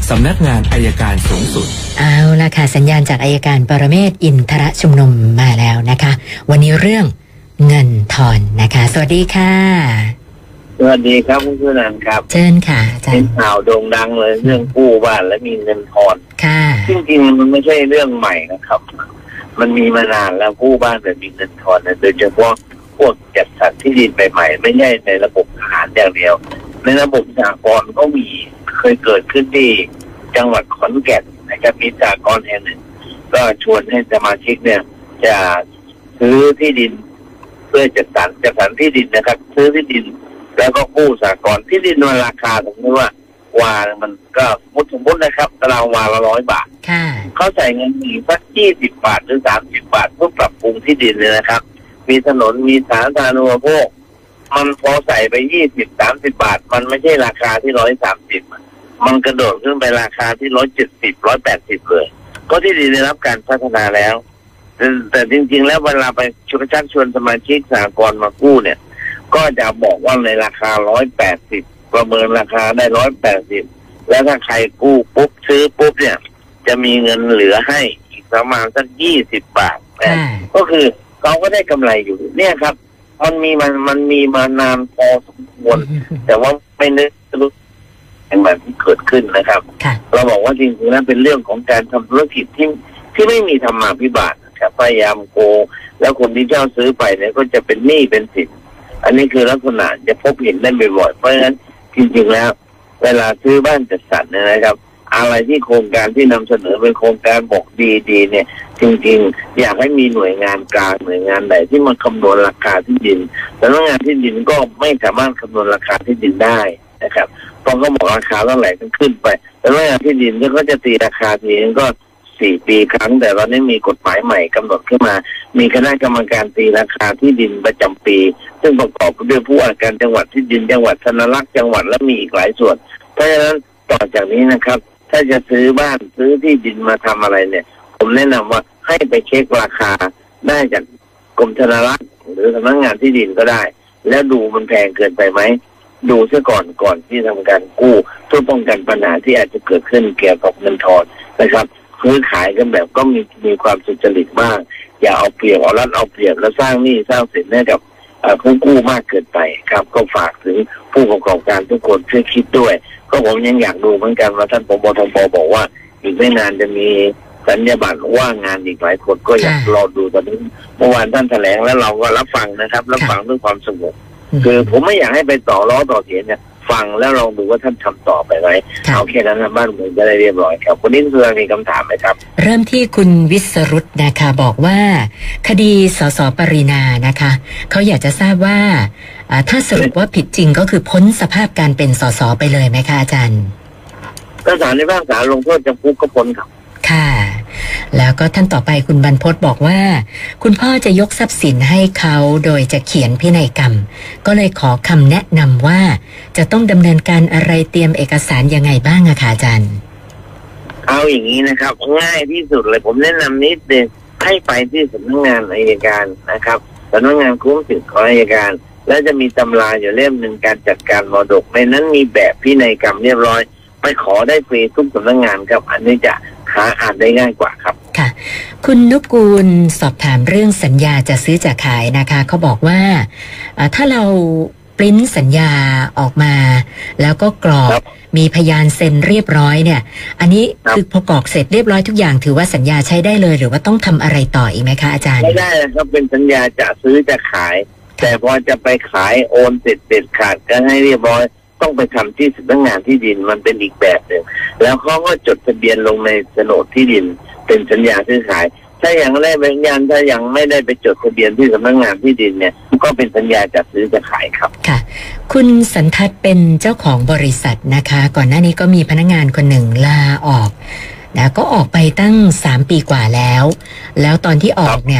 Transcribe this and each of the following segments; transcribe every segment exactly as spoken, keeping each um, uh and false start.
สำนักงานอัยการสูงสุดเอาล่ะค่ะสัญญาณจากอัยการปรเมศวร์อินทรชุมนุมมาแล้วนะคะวันนี้เรื่องเงินทอนนะคะสวัสดีค่ะสวัสดีครับคุณผู้นันครับเชิญค่ะเป็นข่าวโด่งดังเลยเรื่องกู้บ้านและมีเงินทอนค่ะจริงๆมันไม่ใช่เรื่องใหม่นะครับมันมีมานานแล้วกู้บ้านแบบมีเงินทอนนะโดยเฉพาะพวกจัดสรรที่ดินใหม่ๆไม่ใช่ในระบบทหารอย่างเดียวในระบบสหกรณ์ก็มีเคยเกิดขึ้นที่จังหวัดขอนแก่นนะครับมีสหกรณ์แห่งหนึ่งก็ชวนให้สมาชิกเนี่ยจะซื้อที่ดินเพื่อจัดสรรจัดสรรที่ดินนะครับซื้อที่ดินแล้วก็กู้สหกรณ์ที่ดินมันราคาสมมติว่าวามันก็สมมติสมมตินะครับตารางวาละร้อยบาทเขาใส่เงินมีสักยี่สิบบาทหรือสามสิบบาทเพื่อปรับปรุงที่ดินเลยนะครับมีถนนมีสาธารณูปโภคมันพอใส่ไปยี่สิบสามสิบบาทมันไม่ใช่ราคาที่ร้อยสามสิบมันกระโดดขึ้นไปราคาที่ร้อยเจ็ดสิบร้อยแปดสิบเลยก็ที่ดินได้รับการพัฒนาแล้วแต่จริงๆแล้วเวลาไปชวนชักชวนสมาชิกสหกรณ์มากู้เนี่ยก็จะบอกว่าในราคาร้อยแปดสิบประเมินราคาได้ร้อยแปดสิบแล้วถ้าใครกู้ปุ๊บซื้อปุ๊บเนี่ยจะมีเงินเหลือให้อีกประมาณสักยี่สิบบาทก็คือเขาก็ได้กำไรอยู่เนี่ยครับมันมีมันมันมีมานานพอสมควรแต่ว่าไม่นึกรู้อย่างแบบที่เกิดขึ้นนะครับเราบอกว่าจริงๆแล้วเป็นเรื่องของการทำธุรกิจที่ที่ไม่มีธรรมาภิบาลครับพยายามโกงแล้วคนที่เช่าซื้อไปเนี่ยก็จะเป็นหนี้เป็นสินอันนี้คือลักษณะจะพบเห็นได้บ่อยๆเพราะฉะนั้นจริงๆแล้วเวลาซื้อบ้านจัดสรรเนี่ยนะครับอะไรที่โครงการที่นำเสนอเป็นโครงการบอกดีๆเนี่ยจริงๆอยากให้มีหน่วยงานกลางหน่วยงานใดที่มันคำนวณราคาที่ดินแต่ละงานที่ดินก็ไม่สามารถคำนวณราคาที่ดินได้นะครับพอเขาบอกราคาเท่าไหร่ก็ขึ้นไปแต่ละงานที่ดินก็จะตีราคาทีนึงก็สี่ปีครั้งแต่ตอนนี้มีกฎหมายใหม่กำหนดขึ้นมามีคณะกรรมการตีราคาที่ดินประจำปีซึ่งประกอบด้วยผู้ว่าการจังหวัดที่ดินจังหวัดธนรักษ์จังหวัดและมีอีกหลายส่วนเพราะฉะนั้นต่อจากนี้นะครับถ้าจะซื้อบ้านซื้อที่ดินมาทำอะไรเนี่ยผมแนะนำว่าให้ไปเช็คราคาได้จากกรมธนารักษ์หรือสำนักงานที่ดินก็ได้แล้วดูมันแพงเกินไปไหมดูซะก่อนก่อนที่ทำการกู้เพื่อป้องกันปัญหาที่อาจจะเกิดขึ้นเกี่ยวกับเงินทอนนะครับซื้อขายกันแบบก็มีมีความสุจริตบ้างอย่าเอาเปรียบเอารัดเอาเปรียบแล้วสร้างหนี้สร้างสินให้กับผู้กู้มากเกินไปครับก็ฝากถึงผู้ประกอบการทุกคนช่วยคิดด้วยก็ผมยังอยากดูเหมือนกันว่าท่านผบ.ทบ.บอกว่าอีกไม่นานจะมีสัญญาบัตรว่างงานอีกหลายคนก็อยากรอดูตอนนี้เมื่อวานท่านแถลงแล้วเราก็รับฟังนะครับรับฟังด้วยความสงบคือผมไม่อยากให้ไปต่อล้อต่อเถียงเนี่ยฟังแล้วลองดูว่าท่านทำต่อไปไหมเอาแค่นั้นนะบ้านเมืองจะได้เรียบร้อยครับคุณนิ่มเพื่อมีคำถามไหมครับเริ่มที่คุณวิศรุตนะคะบอกว่าคดีสสปรินานะคะเขาอยากจะทราบว่าถ้าสรุปว่าผิดจริงก็คือพ้นสภาพการเป็นสสไปเลยไหมคะอาจารย์ถ้าศาลในภาคศาลลงโทษจำคุกก็พ้นครับค่ะแล้วก็ท่านต่อไปคุณบรรพตบอกว่าคุณพ่อจะยกทรัพย์สินให้เขาโดยจะเขียนพินัยกรรมก็เลยขอคำแนะนำว่าจะต้องดำเนินการอะไรเตรียมเอกสารยังไงบ้างอะคะอาจารย์เอาอย่างนี้นะครับง่ายที่สุดเลยผมแนะนำนิดเดียวให้ไปที่สำนักงานอัยการนะครับสำนักงานคุ้มสิทธิของอัยการแล้วจะมีตำราอยู่เล่มหนึ่งการจัดการมรดกในนั้นมีแบบพินัยกรรมเรียบร้อยไปขอได้ฟรีทุกสำนักงานครับอันนี้จะหาอ่านได้ง่ายกว่าครับค่ะคุณนุกูลสอบถามเรื่องสัญญาจะซื้อจะขายนะคะเขาบอกว่าถ้าเราปริ้นสัญญาออกมาแล้วก็กรอกมีพยานเซ็นเรียบร้อยเนี่ยอันนี้คือพอกรอกเสร็จเรียบร้อยทุกอย่างถือว่าสัญญาใช้ได้เลยหรือว่าต้องทำอะไรต่ออีกไหมคะอาจารย์ไม่ได้นะครับเป็นสัญญาจะซื้อจะขายแต่พอจะไปขายโอนเสร็จเด็ดขาดก็ให้เรียบร้อยต้องไปทำที่สำนักงานที่ดินมันเป็นอีกแบบหนึ่งแล้วเขาก็จดทะเบียนลงในโฉนดที่ดินเป็นสัญญาซื้อขายถ้าอย่างแรกเป็นยันถ้ายังไม่ได้ไปจดทะเบียนที่สำนักงานที่ดินเนี่ยก็เป็นสัญญาจัดซื้อจะขายครับค่ะคุณสันทัศน์เป็นเจ้าของบริษัทนะคะก่อนหน้านี้ก็มีพนักงานคนหนึ่งลาออกนะก็ออกไปตั้งสามปีกว่าแล้วแล้วตอนที่ออกเนี่ย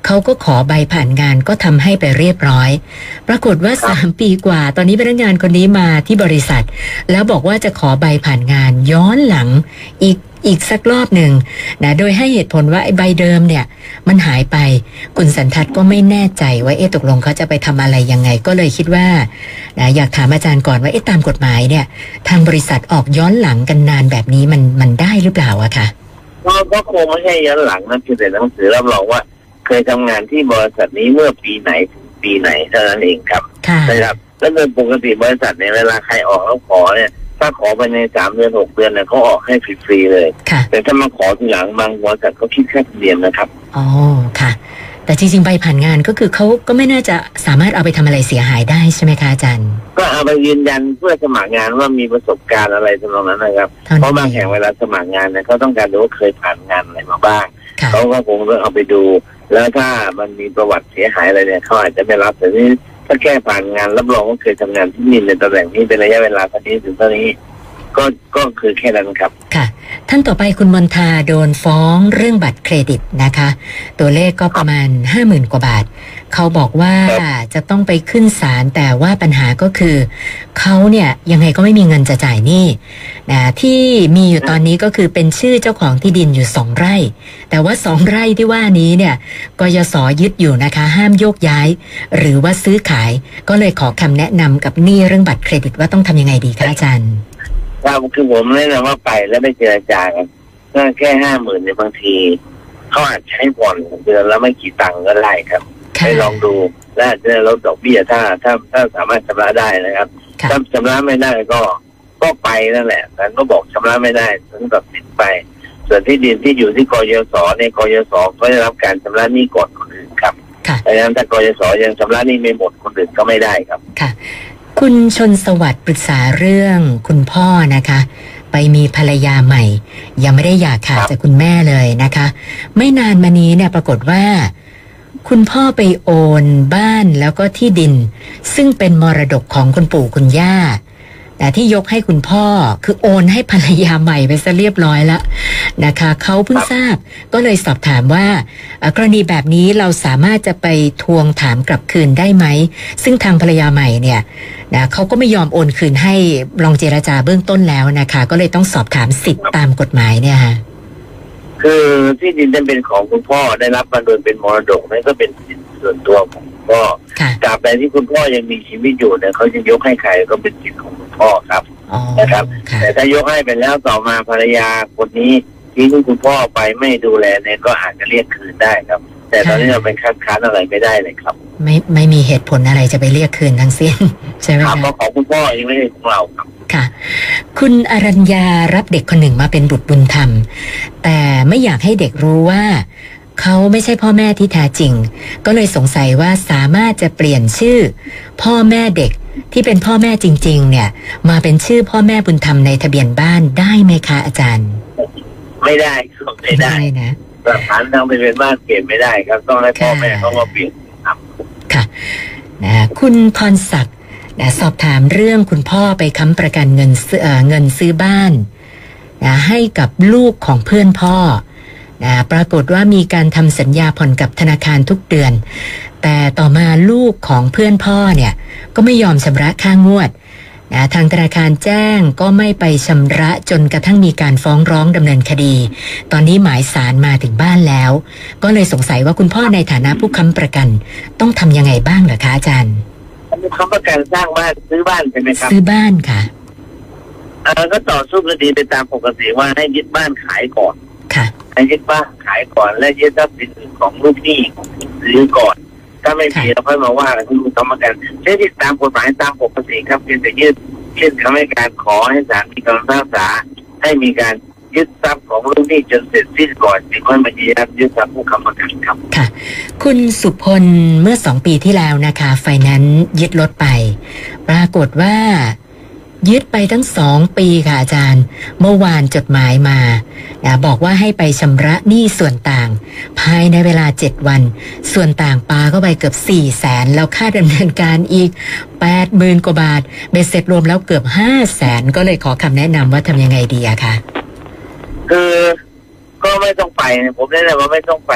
เขาก็ขอใบผ่านงานก็ทำให้ไปเรียบร้อยปรากฏว่าสามปีกว่าตอนนี้พนักงานคนนี้มาที่บริษัทแล้วบอกว่าจะขอใบผ่านงานย้อนหลังอีกอีกสักรอบหนึ่งนะโดยให้เหตุผลว่าไอ้ใบเดิมเนี่ยมันหายไปคุณสันทัดก็ไม่แน่ใจว่าเอ๊ะตกลงเขาจะไปทำอะไรยังไงก็เลยคิดว่านะอยากถามอาจารย์ก่อนว่าเอ๊ะตามกฎหมายเนี่ยทางบริษัทออกย้อนหลังกันนานแบบนี้มันมันได้หรือเปล่าอะคะก็คงไม่ใช่ย้อนหลังนะคือแต่หนังสือรับรองว่าเคยทำงานที่บริษัทนี้เมื่อปีไหนถึงปีไหนเท่านั้นเองครับนะครับแล้วโดยปกติบริษัทเนี่ยเวลาใครออกแล้วขอเนี่ยถ้าขอไปในสามเดือนหกเดือนเนี่ยเขาออกให้ฟรีๆเลยแต่ถ้ามาขอทีหลังบางบริษัทเขาคิดแค่เดือนนะครับอ๋อค่ะแต่จริงๆใบผ่านงานก็คือเขาก็ไม่น่าจะสามารถเอาไปทำอะไรเสียหายได้ใช่ไหมคะอาจารย์ก็เอาไปยืนยันเพื่อสมัครงานว่ามีประสบการณ์อะไรทำนองนั้นนะครับเพราะบางแห่งเวลาสมัครงานเนี่ยเขาต้องการดูว่าเคยผ่านงานอะไรมาบ้างเขาก็คงต้องเอาไปดูแล้วถ้ามันมีประวัติเสียหายอะไรเนี่ยเขาอาจจะไม่รับแต่นี่ถ้าแค่ผ่านงานรับรองว่าเคยทำงานที่นี่ในตำแหน่งนี้เป็นระยะเวลาเท่านี้ถึงเท่านี้ก็ก็คือแค่นั้นครับค่ะท่านต่อไปคุณมนทาโดนฟ้องเรื่องบัตรเครดิตนะคะตัวเลขก็ประมาณห้าหมื่นกว่าบาทเขาบอกว่าจะต้องไปขึ้นศาลแต่ว่าปัญหาก็คือเขาเนี่ยยังไงก็ไม่มีเงินจะจ่ายหนี้นะที่มีอยู่ตอนนี้ก็คือเป็นชื่อเจ้าของที่ดินอยู่สองไร่แต่ว่าสองไร่ที่ว่านี้เนี่ยกยศยึดอยู่นะคะห้ามโยกย้ายหรือว่าซื้อขายก็เลยขอคำแนะนำกับหนี้เรื่องบัตรเครดิตว่าต้องทำยังไงดีคะอาจารย์ว่าคือผมแนะนำว่าไปแล้วไม่เจรจากันแค่ห้าหมื่นในบางทีเขาอาจใช้ผ่อนเดือนแล้วไม่กี่ตังค์ก็ได้ครับให้ลองดูและจะลดดอกเบี้ยถ้าถ้าถ้าสามารถชำระได้นะครับถ้าชำระไม่ได้ก็ก็ไปนั่นแหละแต่ก็บอกชำระไม่ได้ถึงตัดสินไปส่วนที่ดินที่อยู่ที่กยศในกยศก็ได้รับการชำระหนี้ก่อนคนอื่นครับดังนั้นถ้ากยศยังชำระหนี้ไม่หมดคนอื่นก็ไม่ได้ครับค่ะคุณชนสวัสดิ์ปรึกษาเรื่องคุณพ่อนะคะไปมีภรรยาใหม่ยังไม่ได้หย่าขาดจากคุณแม่เลยนะคะไม่นานมานี้เนี่ยปรากฏว่าคุณพ่อไปโอนบ้านแล้วก็ที่ดินซึ่งเป็นมรดกของคุณปู่คุณย่าแต่ที่ยกให้คุณพ่อคือโอนให้ภรรยาใหม่ไปซะเรียบร้อยแล้วนะคะเขาเพิ่งทราบก็เลยสอบถามว่ากรณีแบบนี้เราสามารถจะไปทวงถามกลับคืนได้ไหมซึ่งทางภรรยาใหม่เนี่ยนะเขาก็ไม่ยอมโอนคืนให้ลองเจรจาเบื้องต้นแล้วนะคะก็เลยต้องสอบถามสิทธิ์ตามกฎหมายเนี่ยค่ะคือที่ดินนั้นเป็นของคุณพ่อได้รับมาโดยเป็นมรดกนั่นก็เป็นสิทธิส่วนตัวของพ่อตราบใดที่คุณพ่อยังมีชีวิตอยู่เนี่ยเขาจะยกให้ใครก็เป็นสิทธิของคุณพ่อครับนะครับแต่ถ้ายกให้ไปแล้วต่อมาภรรยาคนนี้ที่คุณพ่อไปไม่ดูแลเนี่ยก็อาจจะเรียกคืนได้ครับแต่ตอนนี้เราไปคัดค้านอะไรไม่ได้เลยครับไม่ไม่มีเหตุผลอะไรจะไปเรียกคืนทั้งสิ้นใช่ไหมครับเพราะของคุณพ่อยังไม่ใช่ของเราครับค่ะคุณอรัญญารับเด็กคนหนึ่งมาเป็นบุตรบุญธรรมแต่ไม่อยากให้เด็กรู้ว่าเขาไม่ใช่พ่อแม่ที่แท้จริงก็เลยสงสัยว่าสามารถจะเปลี่ยนชื่อพ่อแม่เด็กที่เป็นพ่อแม่จริงๆเนี่ยมาเป็นชื่อพ่อแม่บุญธรรมในทะเบียนบ้านได้ไหมคะอาจารย์ไม่ได้ไม่ได้นะหลักฐานทางทะเบียนบ้านเปลี่ยนไม่ได้ครับต้องให้พ่อแม่เขามาเปลี่ยนครับค่ะนะคุณพรศักดิ์นะสอบถามเรื่องคุณพ่อไปค้ำประกันเงินเอ่อเงินซื้อบ้านนะให้กับลูกของเพื่อนพ่อนะปรากฏว่ามีการทำสัญญาผ่อนกับธนาคารทุกเดือนแต่ต่อมาลูกของเพื่อนพ่อเนี่ยก็ไม่ยอมชำระค่างวดนะทางธนาคารแจ้งก็ไม่ไปชำระจนกระทั่งมีการฟ้องร้องดำเนินคดีตอนนี้หมายศาลมาถึงบ้านแล้วก็เลยสงสัยว่าคุณพ่อในฐานะผู้ค้ำประกันต้องทำยังไงบ้างเหรอคะอาจารย์ผู้ค้ำประกันสร้างบ้านซื้อบ้านใช่ไหมครับซื้อบ้านค่ะเออก็ต่อสู้คดีไปตามปกติว่าให้ยึดบ้านขายก่อนค่ะให้ยึดบ้านขายก่อนและยึดทรัพย์สินของลูกหนี้ของผู้ซื้อก่อนถ้าไม่มีเราค่อยมาว่ากันคุณค้ำประกันใช้ที่ตามกฎหมายตามปกติครับเพียงแต่ยึดเช่นคำให้การขอให้ศาลมีคำพิพากษาให้มีการยึดทรัพย์ของลูกหนี้จนเสร็จสิ้นก่อนจึงค่อยมายึดทรัพย์ผู้ค้ำประกันครับค่ะคุณสุพลเมื่อสองปีที่แล้วนะคะไฟแนนซ์ยึดรถไปปรากฏว่ายึดไปทั้งสองปีค่ะอาจารย์เมื่อวานจดหมายมาบอกว่าให้ไปชำระหนี้ส่วนต่างภายในเวลาเจ็ดวันส่วนต่างปาเข้าไปเกือบสี่แสนแล้วค่าดำเนินการอีกแปดหมื่นกว่าบาทเบ็ดเสร็จรวมแล้วเกือบห้าแสนก็เลยขอคำแนะนำว่าทำยังไงดีอะคะคือก็ไม่ต้องไปผมแนะนำว่าไม่ต้องไป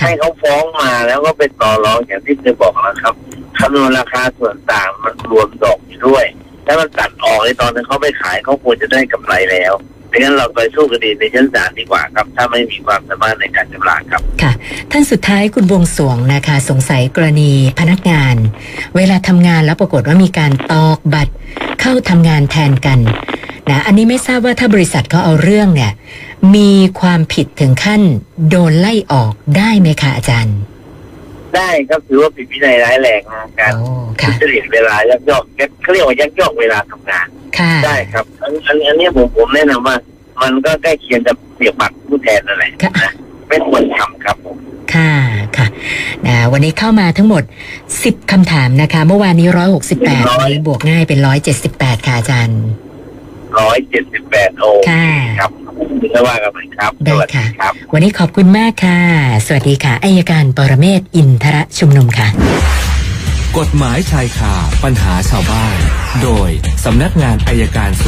ให้เขาฟ้องมาแล้วก็เป็นต่อรองอย่างที่เคยบอกนะครับคำนวณราคาส่วนต่างมันรวมดอกอยู่ด้วยถ้ามันตัดออกในตอนนั้นเขาไปขายเขาควรจะได้กำไรแล้วดังนั้นเราไปสู้คดีในชั้นศาลดีกว่าครับถ้าไม่มีความสามารถในการชำระครับค่ะท่านสุดท้ายคุณบวงสรวงนะคะสงสัยกรณีพนักงานเวลาทำงานแล้วปรากฏว่ามีการตอกบัตรเข้าทำงานแทนกันนะอันนี้ไม่ทราบว่าถ้าบริษัทเขาเอาเรื่องเนี่ยมีความผิดถึงขั้นโดนไล่ออกได้ไหมคะอาจารย์ได้ครับถือว่าผิดวินัยร้ายแรงนะการทุจริตเวลายักยอกเขาเรียกว่ายักยอกเวลาทำงานได้ครับอันอันอันนี้ผมผมแนะนำว่ามันก็ใกล้เคียงกับเสียบบัตรผู้แทนนั่นแหละนะไม่ควรทำครับผมค่ะค่ะนะวันนี้เข้ามาทั้งหมดสิบคำถามนะคะเมื่อวานนี้ร้อยหกสิบแปดวันนี้บวกง่ายเป็นร้อยเจ็ดสิบแปดค่ะอาจารย์ร้อยเจ็ดสิบแปดโอครับไม่ว่ากันเลยครับได้ค่ะวันนี้ขอบคุณมากค่ะสวัสดีค่ะอัยการปรเมศวร์อินทรชุมนุมค่ะกฎหมายชายคาปัญหาชาวบ้านโดยสำนักงานอัยการ